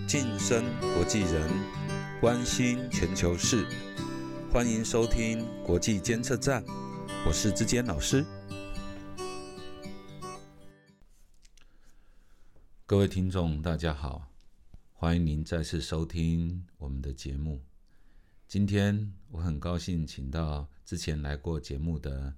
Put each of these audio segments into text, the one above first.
晋升国际人，关心全球事，欢迎收听国际监测站，我是之坚老师。各位听众大家好，欢迎您再次收听我们的节目。今天我很高兴请到之前来过节目的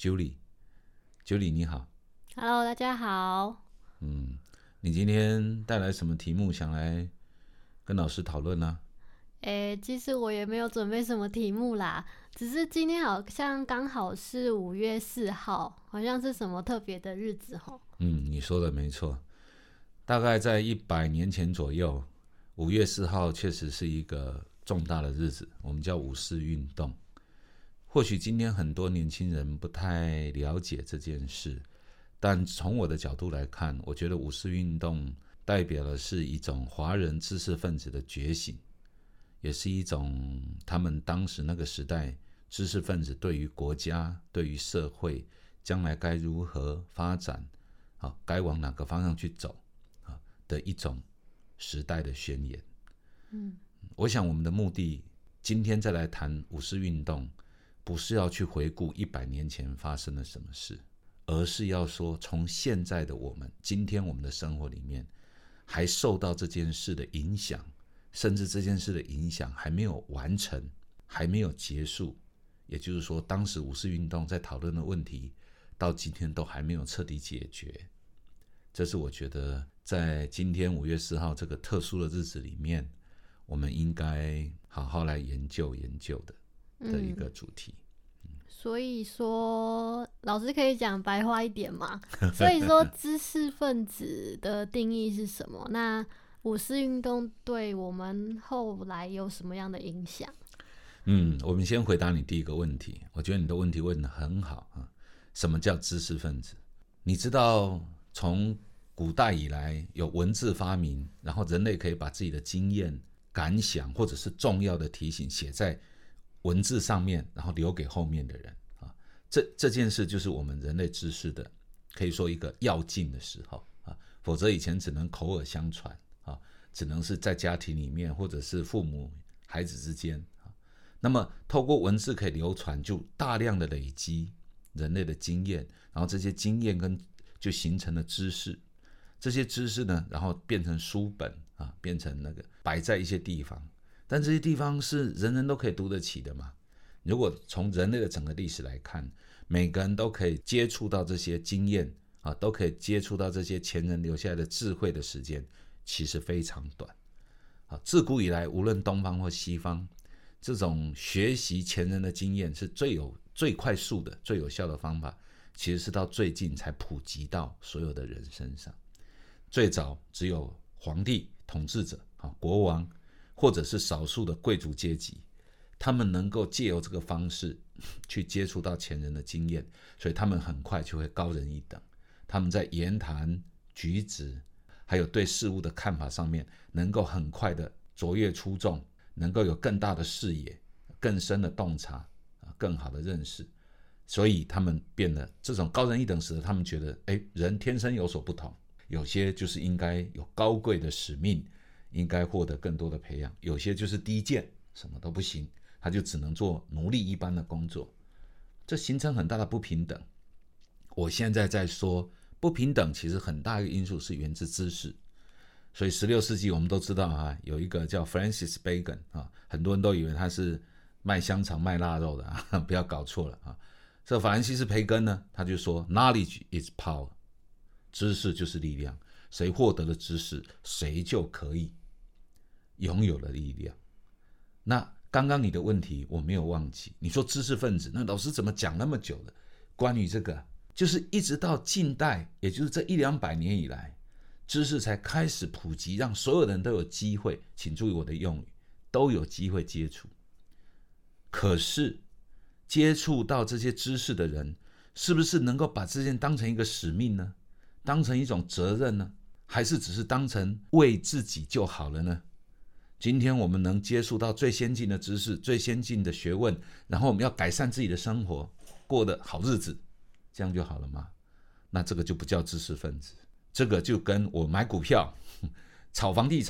Julie。Julie 你好。 Hello， 大家好。 你今天带来什么题目想来跟老师讨论呢？ 其实我也没有准备什么题目啦，只是今天好像刚好是5月4号，好像是什么特别的日子吼。 你说的没错，大概在100年前左右，5月4号确实是一个重大的日子，我们叫五四运动。或许今天很多年轻人不太了解这件事，但从我的角度来看，我觉得五四运动代表的是一种华人知识分子的觉醒，也是一种他们当时那个时代知识分子对于国家、对于社会将来该如何发展，该往哪个方向去走的一种时代的宣言。我想我们的目的今天再来谈五四运动，不是要去回顾100年前发生了什么事，而是要说从现在的我们，今天我们的生活里面还受到这件事的影响，甚至这件事的影响还没有完成，还没有结束，也就是说当时五四运动在讨论的问题到今天都还没有彻底解决。这是我觉得在今天5月4号这个特殊的日子里面，我们应该好好来研究的一个主题。 所以说老师可以讲白话一点吗？所以说知识分子的定义是什么？那五四运动对我们后来有什么样的影响？ 我们先回答你第一个问题，我觉得你的问题问得很好。什么叫知识分子？你知道从古代以来有文字发明，然后人类可以把自己的经验、感想或者是重要的提醒写在文字上面，然后留给后面的人。这件事就是我们人类知识的可以说一个要进的时候，否则以前只能口耳相传，只能是在家庭里面或者是父母孩子之间。那么透过文字可以流传，就大量的累积人类的经验，然后这些经验就形成了知识，这些知识呢，然后变成书本，变成那个摆在一些地方，但这些地方是人人都可以读得起的嘛？如果从人类的整个历史来看，每个人都可以接触到这些经验，都可以接触到这些前人留下来的智慧的时间其实非常短。自古以来，无论东方或西方，这种学习前人的经验是最快速的、最有效的方法，其实是到最近才普及到所有的人身上。最早只有皇帝、统治者、国王，或者是少数的贵族阶级，他们能够借由这个方式去接触到前人的经验，所以他们很快就会高人一等。他们在言谈举止还有对事物的看法上面能够很快的卓越出众，能够有更大的视野、更深的洞察、更好的认识，所以他们变得这种高人一等，使得他们觉得人天生有所不同，有些就是应该有高贵的使命，应该获得更多的培养，有些就是低贱，什么都不行，他就只能做奴隶一般的工作，这形成很大的不平等。我现在在说不平等，其实很大一个因素是源自知识。所以16世纪我们都知道有一个叫 Francis Bacon，很多人都以为他是卖香肠卖腊肉的，不要搞错了。这法兰西斯培根呢，他就说 Knowledge is power， 知识就是力量，谁获得了知识，谁就可以拥有了力量。那刚刚你的问题我没有忘记，你说知识分子，那老师怎么讲那么久了？关于这个，就是一直到近代，也就是这100-200年以来，知识才开始普及，让所有人都有机会，请注意我的用语，都有机会接触。可是接触到这些知识的人，是不是能够把这件当成一个使命呢？当成一种责任呢？还是只是当成为自己就好了呢？今天我们能接触到最先进的知识、最先进的学问，然后我们要改善自己的生活，过得好日子，这样就好了吗？那这个就不叫知识分子，这个就跟我买股票、炒房地产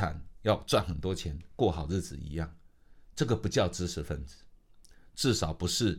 要赚很多钱过好日子一样，这个不叫知识分子，至少不是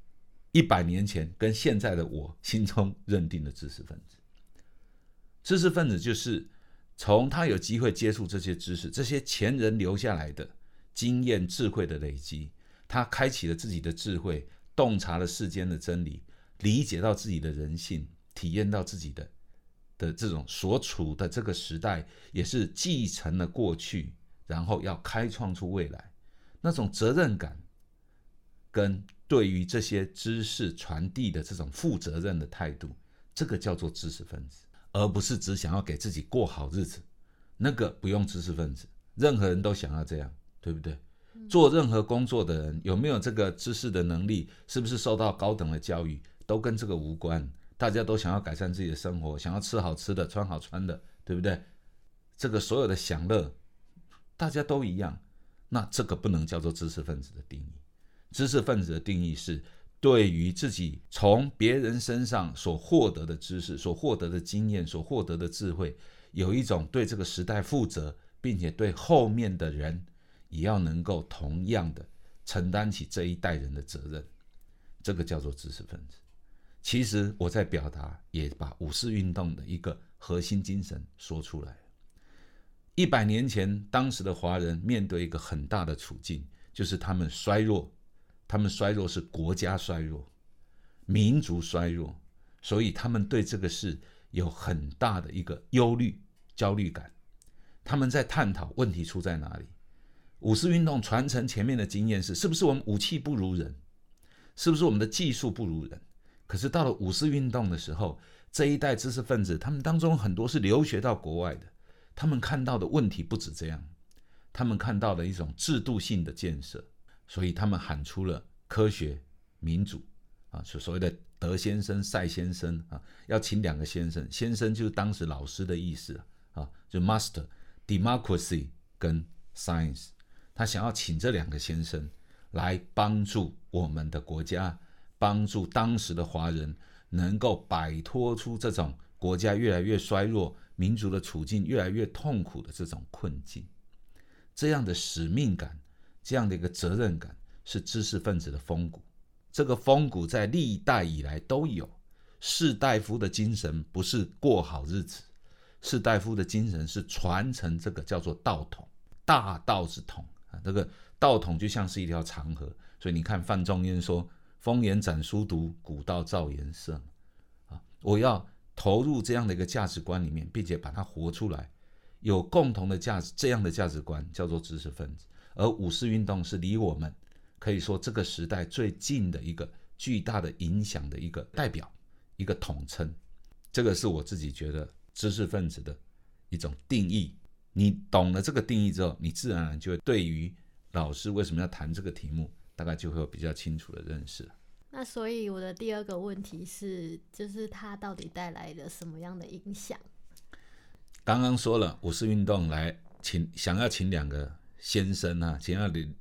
100年前跟现在的我心中认定的知识分子。知识分子就是从他有机会接触这些知识，这些前人留下来的经验智慧的累积，他开启了自己的智慧，洞察了世间的真理，理解到自己的人性，体验到自己的这种所处的这个时代，也是继承了过去，然后要开创出未来，那种责任感跟对于这些知识传递的这种负责任的态度，这个叫做知识分子，而不是只想要给自己过好日子，那个不用知识分子，任何人都想要这样，对不对？做任何工作的人有没有这个知识的能力，是不是受到高等的教育，都跟这个无关。大家都想要改善自己的生活，想要吃好吃的，穿好穿的，对不对？这个所有的享乐大家都一样，那这个不能叫做知识分子的定义。知识分子的定义是对于自己从别人身上所获得的知识，所获得的经验，所获得的智慧，有一种对这个时代负责，并且对后面的人也要能够同样的承担起这一代人的责任，这个叫做知识分子。其实我在表达，也把五四运动的一个核心精神说出来。100年前，当时的华人面对一个很大的处境，就是他们衰弱，他们衰弱是国家衰弱，民族衰弱，所以他们对这个事有很大的一个忧虑、焦虑感。他们在探讨问题出在哪里。五四运动传承前面的经验是不是我们武器不如人，是不是我们的技术不如人？可是到了五四运动的时候，这一代知识分子，他们当中很多是留学到国外的，他们看到的问题不止这样，他们看到了一种制度性的建设，所以他们喊出了科学、民主所谓的德先生、赛先生要请2个先生，先生就是当时老师的意思就 Master Democracy 跟 Science， 他想要请这2个先生来帮助我们的国家，帮助当时的华人能够摆脱出这种国家越来越衰弱，民族的处境越来越痛苦的这种困境。这样的使命感，这样的一个责任感，是知识分子的风骨。这个风骨在历代以来都有。士大夫的精神不是过好日子，士大夫的精神是传承这个叫做道统，大道之统。这个道统就像是一条长河，所以你看范仲淹说风言展书读，古道照颜色。我要投入这样的一个价值观里面，并且把它活出来，有共同的价值，这样的价值观叫做知识分子。而五四运动是离我们可以说这个时代最近的一个巨大的影响的一个代表，一个统称。这个是我自己觉得知识分子的一种定义。你懂了这个定义之后，你自然而然就会对于老师为什么要谈这个题目，大概就会有比较清楚的认识了。 那所以我的第2个问题是，就是它到底带来了什么样的影响？ 刚刚说了，五四运动来想要请2个先生请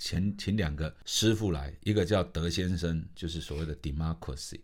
2个师傅来，一个叫德先生，就是所谓的 democracy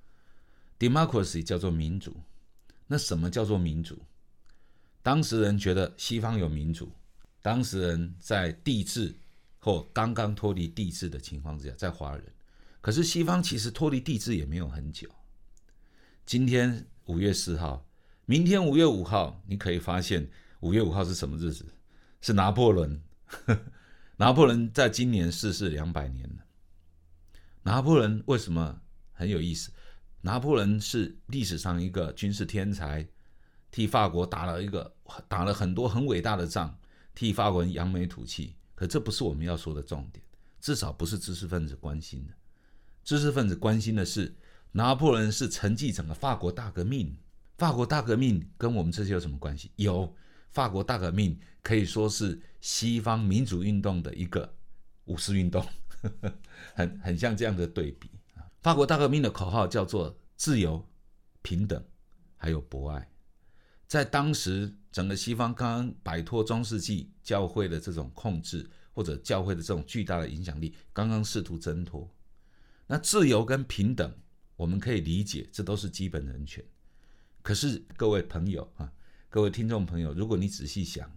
democracy 叫做民主。那什么叫做民主？当时人觉得西方有民主，当时人在帝制或刚刚脱离帝制的情况之下，在华人，可是西方其实脱离帝制也没有很久。今天5月4号，明天5月5号，你可以发现5月5号是什么日子？是拿破仑。拿破仑在今年逝世200年了。拿破仑为什么很有意思？拿破仑是历史上一个军事天才，替法国打了很多很伟大的仗，替法国人扬眉吐气。可这不是我们要说的重点，至少不是知识分子关心的。知识分子关心的是拿破仑是承继整个法国大革命。法国大革命跟我们这些有什么关系？有，法国大革命可以说是西方民主运动的一个五四运动很像这样的对比。法国大革命的口号叫做自由、平等还有博爱。在当时整个西方刚刚摆脱中世纪教会的这种控制，或者教会的这种巨大的影响力，刚刚试图挣脱。那自由跟平等我们可以理解，这都是基本人权。可是各位朋友各位听众朋友，如果你仔细想，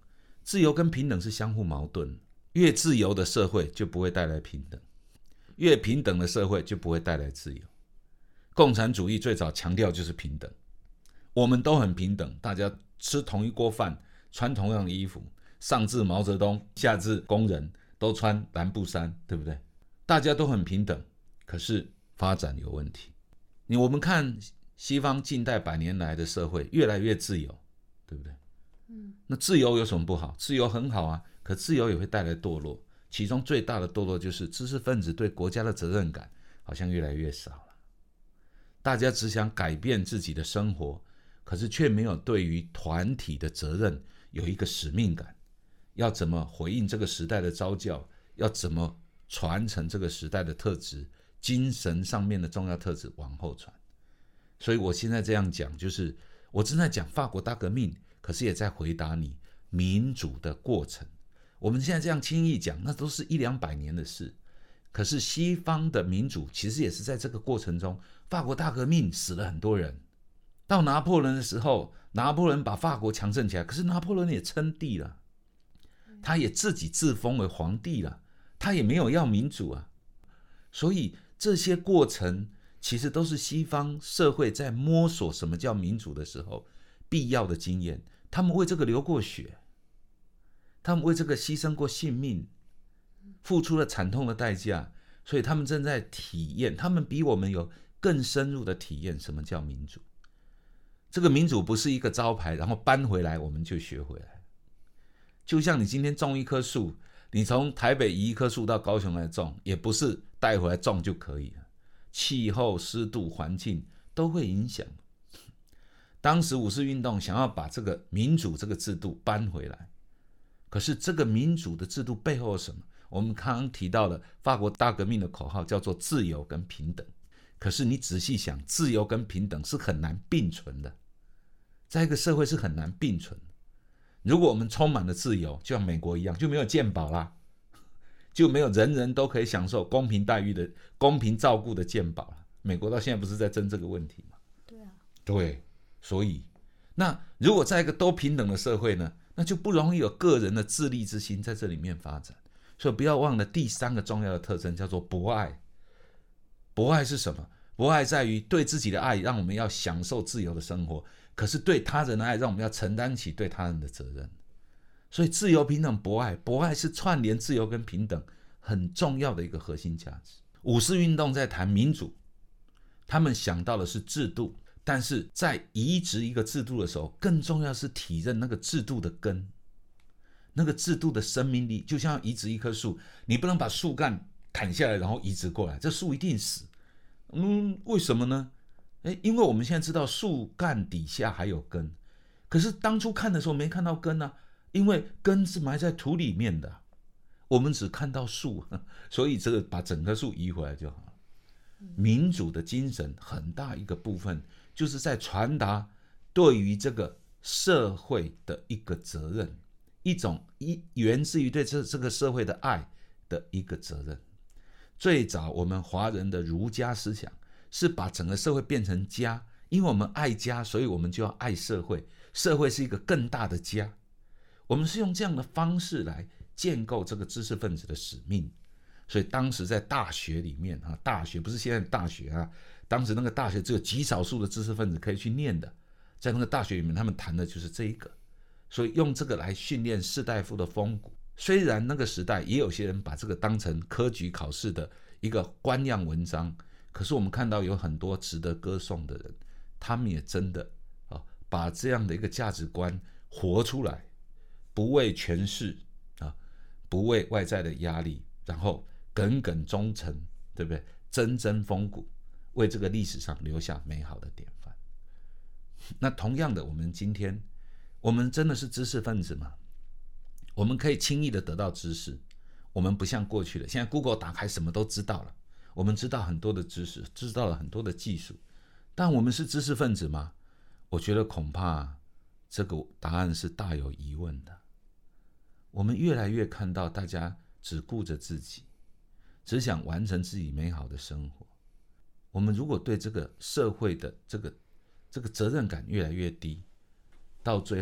自由跟平等是相互矛盾，越自由的社会就不会带来平等，越平等的社会就不会带来自由。共产主义最早强调就是平等，我们都很平等，大家吃同一锅饭，穿同样的衣服，上至毛泽东，下至工人都穿蓝布衫，对不对？大家都很平等，可是发展有问题。我们看西方近代100年来的社会越来越自由，对不对？那自由有什么不好？自由很好啊，可自由也会带来堕落，其中最大的堕落就是知识分子对国家的责任感好像越来越少了。大家只想改变自己的生活，可是却没有对于团体的责任有一个使命感，要怎么回应这个时代的召叫，要怎么传承这个时代的特质，精神上面的重要特质往后传。所以我现在这样讲，就是我正在讲法国大革命，可是也在回答你民主的过程。我们现在这样轻易讲，那都是100-200年的事，可是西方的民主其实也是在这个过程中。法国大革命死了很多人，到拿破仑的时候，拿破仑把法国强盛起来，可是拿破仑也称帝了，他也自己自封为皇帝了，他也没有要民主啊。所以这些过程其实都是西方社会在摸索什么叫民主的时候必要的经验，他们为这个流过血，他们为这个牺牲过性命，付出了惨痛的代价，所以他们正在体验，他们比我们有更深入的体验什么叫民主。这个民主不是一个招牌，然后搬回来我们就学回来。就像你今天种一棵树，你从台北移一棵树到高雄来种，也不是带回来种就可以了，气候、湿度、环境都会影响。当时五四运动想要把这个民主这个制度搬回来，可是这个民主的制度背后有什么？我们刚刚提到了法国大革命的口号叫做自由跟平等，可是你仔细想，自由跟平等是很难并存的，在一个社会是很难并存的。如果我们充满了自由，就像美国一样，就没有健保啦，就没有人人都可以享受公平待遇的、公平照顾的健保了。美国到现在不是在争这个问题吗？ 对啊， 对，所以那如果在一个都平等的社会呢，那就不容易有个人的自立之心在这里面发展。所以不要忘了第3个重要的特征叫做博爱。博爱是什么？博爱在于对自己的爱，让我们要享受自由的生活，可是对他人的爱，让我们要承担起对他人的责任。所以自由、平等、博爱，博爱是串联自由跟平等很重要的一个核心价值。五四运动在谈民主，他们想到的是制度，但是在移植一个制度的时候，更重要是体认那个制度的根，那个制度的生命力。就像要移植一棵树，你不能把树干砍下来然后移植过来，这树一定死。为什么呢？因为我们现在知道树干底下还有根，可是当初看的时候没看到根啊，因为根是埋在土里面的，我们只看到树，所以这个把整棵树移回来就好了。民主的精神很大一个部分就是在传达对于这个社会的一个责任，一种源自于对这个社会的爱的一个责任。最早我们华人的儒家思想是把整个社会变成家，因为我们爱家，所以我们就要爱社会，社会是一个更大的家。我们是用这样的方式来建构这个知识分子的使命。所以当时在大学里面，大学不是现在的大学啊，当时那个大学只有极少数的知识分子可以去念的，在那个大学里面他们谈的就是这一个，所以用这个来训练士大夫的风骨。虽然那个时代也有些人把这个当成科举考试的一个官样文章，可是我们看到有很多值得歌颂的人，他们也真的把这样的一个价值观活出来，不为权势，不为外在的压力，然后耿耿忠诚，对不对？铮铮风骨，为这个历史上留下美好的典范。那同样的，我们今天我们真的是知识分子吗？我们可以轻易的得到知识，我们不像过去的，现在 Google 打开什么都知道了，我们知道很多的知识，知道了很多的技术，但我们是知识分子吗？我觉得恐怕这个答案是大有疑问的。我们越来越看到大家只顾着自己，只想完成自己美好的生活。我们如果对这个社会的这个责任感越来越低，到最后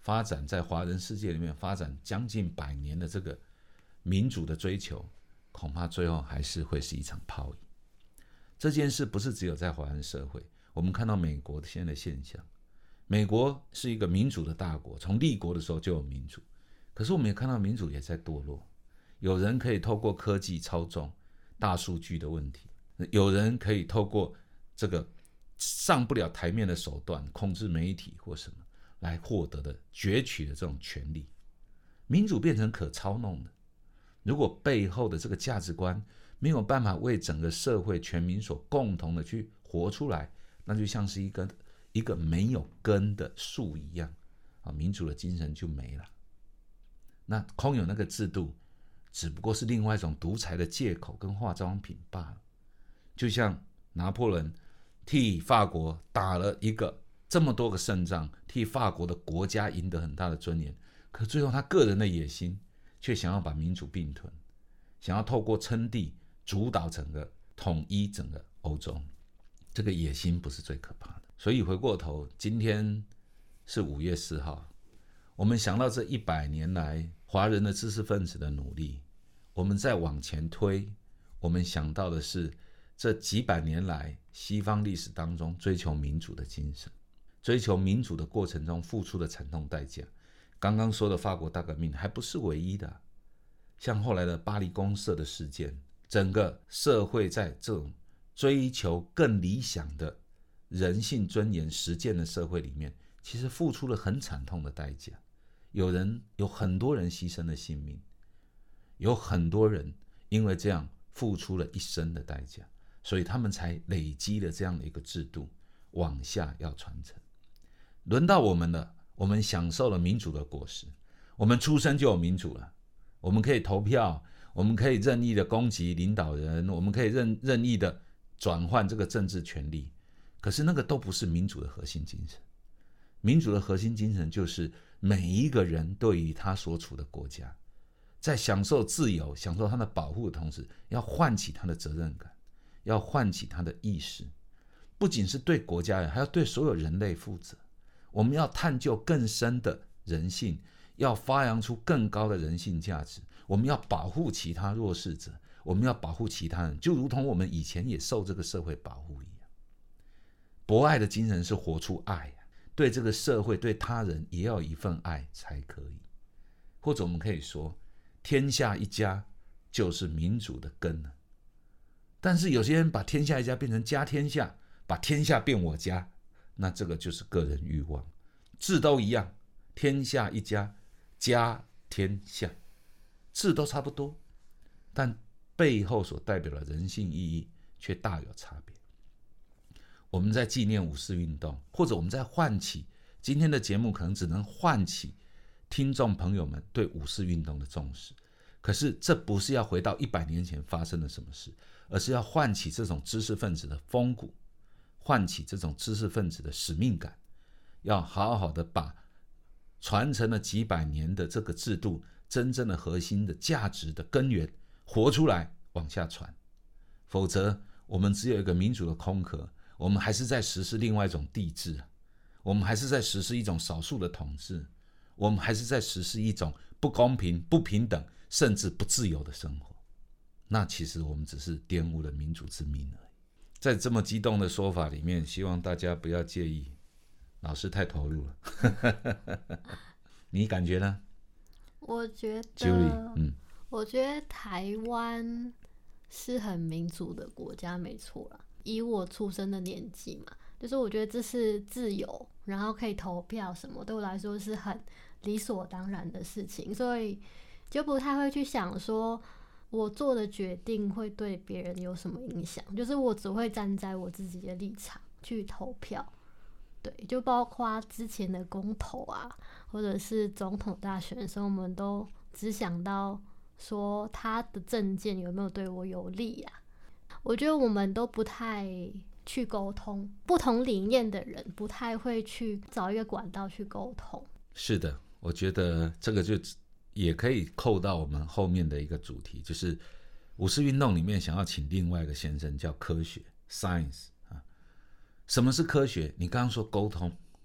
发展在华人世界里面发展将近100年的这个民主的追求，恐怕最后还是会是一场泡影。这件事不是只有在华人社会，我们看到美国现在的现象，美国是一个民主的大国，从立国的时候就有民主，可是我们也看到民主也在堕落，有人可以透过科技操纵大数据的问题，有人可以透过这个上不了台面的手段控制媒体或什么来获得的攫取的这种权利，民主变成可操弄的。如果背后的这个价值观没有办法为整个社会全民所共同的去活出来，那就像是一个没有根的树一样，民主的精神就没了。那空有那个制度，只不过是另外一种独裁的借口跟化妆品罢了。就像拿破仑替法国打了一个这么多个胜仗，替法国的国家赢得很大的尊严，可最后他个人的野心却想要把民主并吞，想要透过称帝主导整个统一整个欧洲。这个野心不是最可怕的。所以回过头，今天是5月4号，我们想到这100年来华人的知识分子的努力，我们再往前推，我们想到的是这几百年来西方历史当中追求民主的精神，追求民主的过程中付出的惨痛代价。刚刚说的法国大革命还不是唯一的，像后来的巴黎公社的事件，整个社会在这种追求更理想的人性尊严实践的社会里面，其实付出了很惨痛的代价。有很多人牺牲了性命，有很多人因为这样付出了一生的代价，所以他们才累积了这样的一个制度往下要传承。轮到我们了，我们享受了民主的果实，我们出生就有民主了，我们可以投票，我们可以任意的攻击领导人，我们可以任意的转换这个政治权利，可是那个都不是民主的核心精神。民主的核心精神就是每一个人对于他所处的国家，在享受自由享受他的保护的同时，要唤起他的责任感，要唤起他的意识，不仅是对国家人，还要对所有人类负责。我们要探究更深的人性，要发扬出更高的人性价值，我们要保护其他弱势者，我们要保护其他人，就如同我们以前也受这个社会保护一样。博爱的精神是活出爱，对这个社会对他人也要有一份爱才可以。或者我们可以说，天下一家就是民主的根。但是有些人把天下一家变成家天下，把天下变我家，那这个就是个人欲望。字都一样，天下一家，家天下，字都差不多，但背后所代表的人性意义却大有差别。我们在纪念五四运动，或者我们在唤起，今天的节目可能只能唤起听众朋友们对五四运动的重视，可是这不是要回到100年前发生了什么事，而是要唤起这种知识分子的风骨，唤起这种知识分子的使命感，要好好的把传承了几百年的这个制度真正的核心的价值的根源活出来往下传。否则我们只有一个民主的空壳，我们还是在实施另外一种帝制，我们还是在实施一种少数的统治，我们还是在实施一种不公平、不平等甚至不自由的生活。那其实我们只是玷污了民主之名而已。在这么激动的说法里面，希望大家不要介意，老师太投入了。你感觉呢？ 我觉得 Julie， 我觉得台湾是很民主的国家，没错啦。以我出生的年纪嘛，就是我觉得这是自由，然后可以投票什么，对我来说是很理所当然的事情，所以就不太会去想说我做的决定会对别人有什么影响，就是我只会站在我自己的立场去投票。对，就包括之前的公投啊，或者是总统大选的时候，我们都只想到说他的政见有没有对我有利啊。我觉得我们都不太去沟通，不同理念的人不太会去找一个管道去沟通。 是的，我觉得这个就也可以扣到我们后面的一个主题，就是五四运动里面想要请另外一个先生叫科学 science。什么是科学？你刚刚说沟通，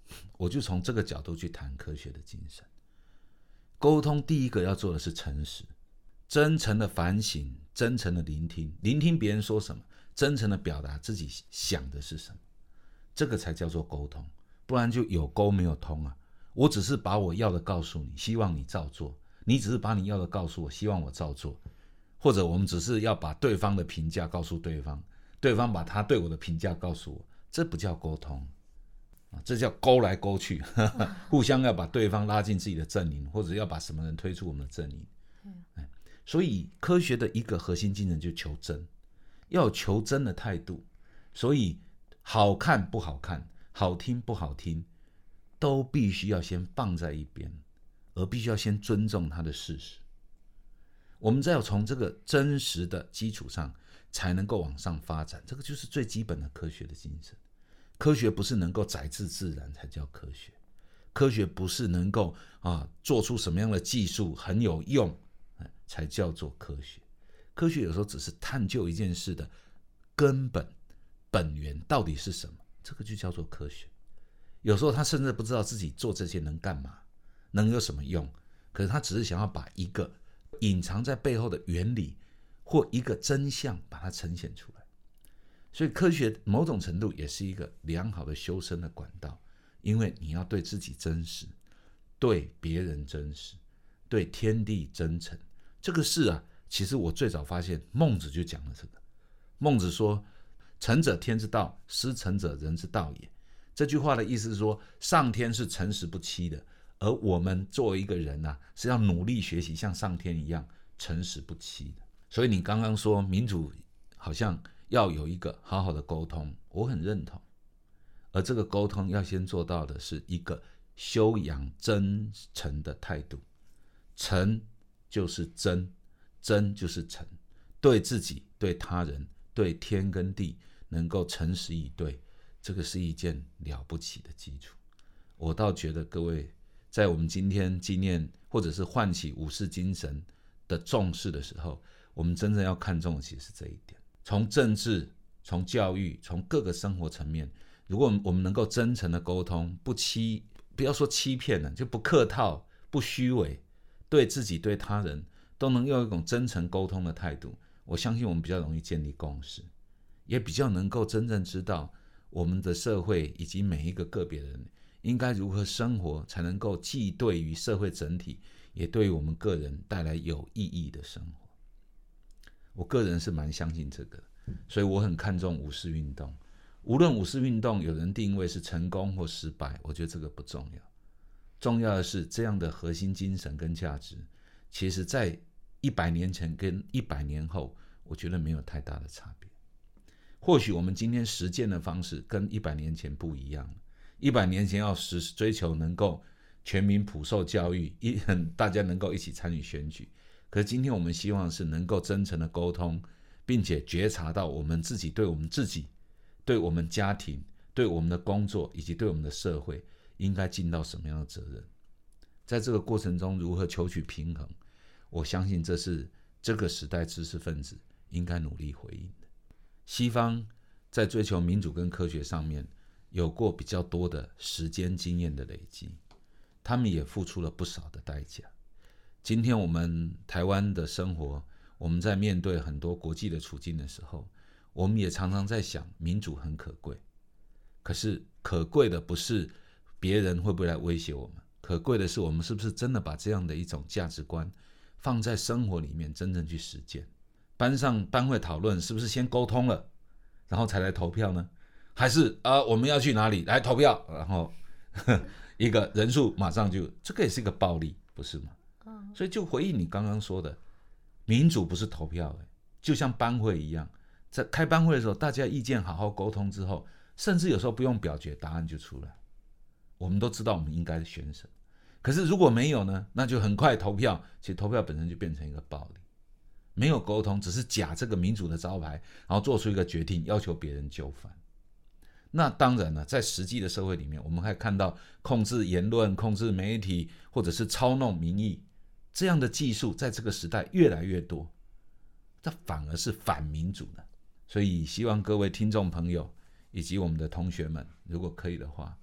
我就从这个角度去谈科学的精神。沟通第一个要做的是诚实，真诚的反省，真诚的聆听，聆听别人说什么，真诚的表达自己想的是什么，这个才叫做沟通。不然就有沟没有通啊！我只是把我要的告诉你，希望你照做，你只是把你要的告诉我，希望我照做，或者我们只是要把对方的评价告诉对方，对方把他对我的评价告诉我，这不叫沟通，这叫勾来勾去，互相要把对方拉进自己的阵营，或者要把什么人推出我们的阵营。所以科学的一个核心精神就是求真，要有求真的态度。所以好看不好看，好听不好听，都必须要先放在一边，而必须要先尊重它的事实。我们只有从这个真实的基础上才能够往上发展，这个就是最基本的科学的精神。科学不是能够载至自然才叫科学，科学不是能够做出什么样的技术很有用才叫做科学。科学有时候只是探究一件事的根本本源到底是什么，这个就叫做科学。有时候他甚至不知道自己做这些能干嘛，能有什么用，可是他只是想要把一个隐藏在背后的原理或一个真相把它呈现出来。所以科学某种程度也是一个良好的修身的管道，因为你要对自己真实，对别人真实，对天地真诚。这个事其实我最早发现孟子就讲了这个。孟子说诚者天之道，失诚者人之道也。这句话的意思是说，上天是诚实不欺的，而我们作为一个人是要努力学习像上天一样诚实不欺的。所以你刚刚说民主好像要有一个好好的沟通，我很认同。而这个沟通要先做到的是一个修养真诚的态度。诚就是真，真就是诚，对自己，对他人，对天跟地能够诚实以对，这个是一件了不起的基础。我倒觉得各位在我们今天纪念或者是唤起武士精神的重视的时候，我们真正要看重的其实是这一点。从政治，从教育，从各个生活层面，如果我们能够真诚的沟通，不要说欺骗了，就不客套，不虚伪，对自己对他人都能用一种真诚沟通的态度，我相信我们比较容易建立共识，也比较能够真正知道我们的社会以及每一个个别人应该如何生活，才能够既对于社会整体，也对于我们个人带来有意义的生活。我个人是蛮相信这个，所以我很看重五四运动。无论五四运动有人定位是成功或失败，我觉得这个不重要。重要的是这样的核心精神跟价值，其实在100年前跟100年后，我觉得没有太大的差别。或许我们今天实践的方式跟100年前不一样。100年前要追求能够全民普受教育，大家能够一起参与选举。可是今天我们希望是能够真诚的沟通，并且觉察到我们自己对我们自己，对我们家庭，对我们的工作以及对我们的社会应该尽到什么样的责任。在这个过程中如何求取平衡，我相信这是这个时代知识分子应该努力回应的。西方在追求民主跟科学上面有过比较多的时间经验的累积，他们也付出了不少的代价。今天我们台湾的生活，我们在面对很多国际的处境的时候，我们也常常在想民主很可贵，可是可贵的不是别人会不会来威胁我们，可贵的是我们是不是真的把这样的一种价值观放在生活里面真正去实践。班会讨论是不是先沟通了然后才来投票呢？还是我们要去哪里来投票，然后一个人数马上就，这个也是一个暴力，不是吗？所以就回应你刚刚说的，民主不是投票，就像班会一样，在开班会的时候大家意见好好沟通之后，甚至有时候不用表决，答案就出来，我们都知道我们应该选什么。可是如果没有呢，那就很快投票，其实投票本身就变成一个暴力。没有沟通，只是假这个民主的招牌，然后做出一个决定，要求别人就范。那当然了，在实际的社会里面，我们还看到控制言论、控制媒体，或者是操弄民意，这样的技术在这个时代越来越多，这反而是反民主的。所以希望各位听众朋友以及我们的同学们，如果可以的话，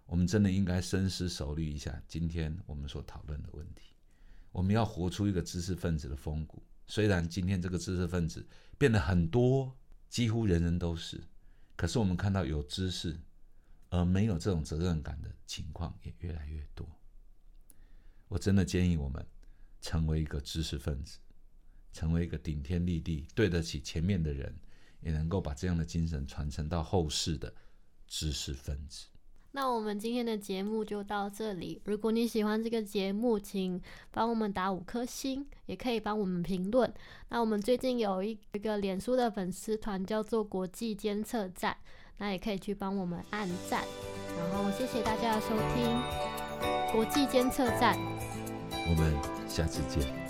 我们真的应该深思熟虑一下今天我们所讨论的问题。我们要活出一个知识分子的风骨，虽然今天这个知识分子变得很多，几乎人人都是，可是我们看到有知识而没有这种责任感的情况也越来越多。我真的建议我们成为一个知识分子，成为一个顶天立地对得起前面的人，也能够把这样的精神传承到后世的知识分子。 那我们今天的节目就到这里，如果你喜欢这个节目，请帮我们打5颗星，也可以帮我们评论。那我们最近有一个脸书的粉丝团叫做国际监测站，那也可以去帮我们按赞。然后谢谢大家的收听，国际监测站， 我们下次见。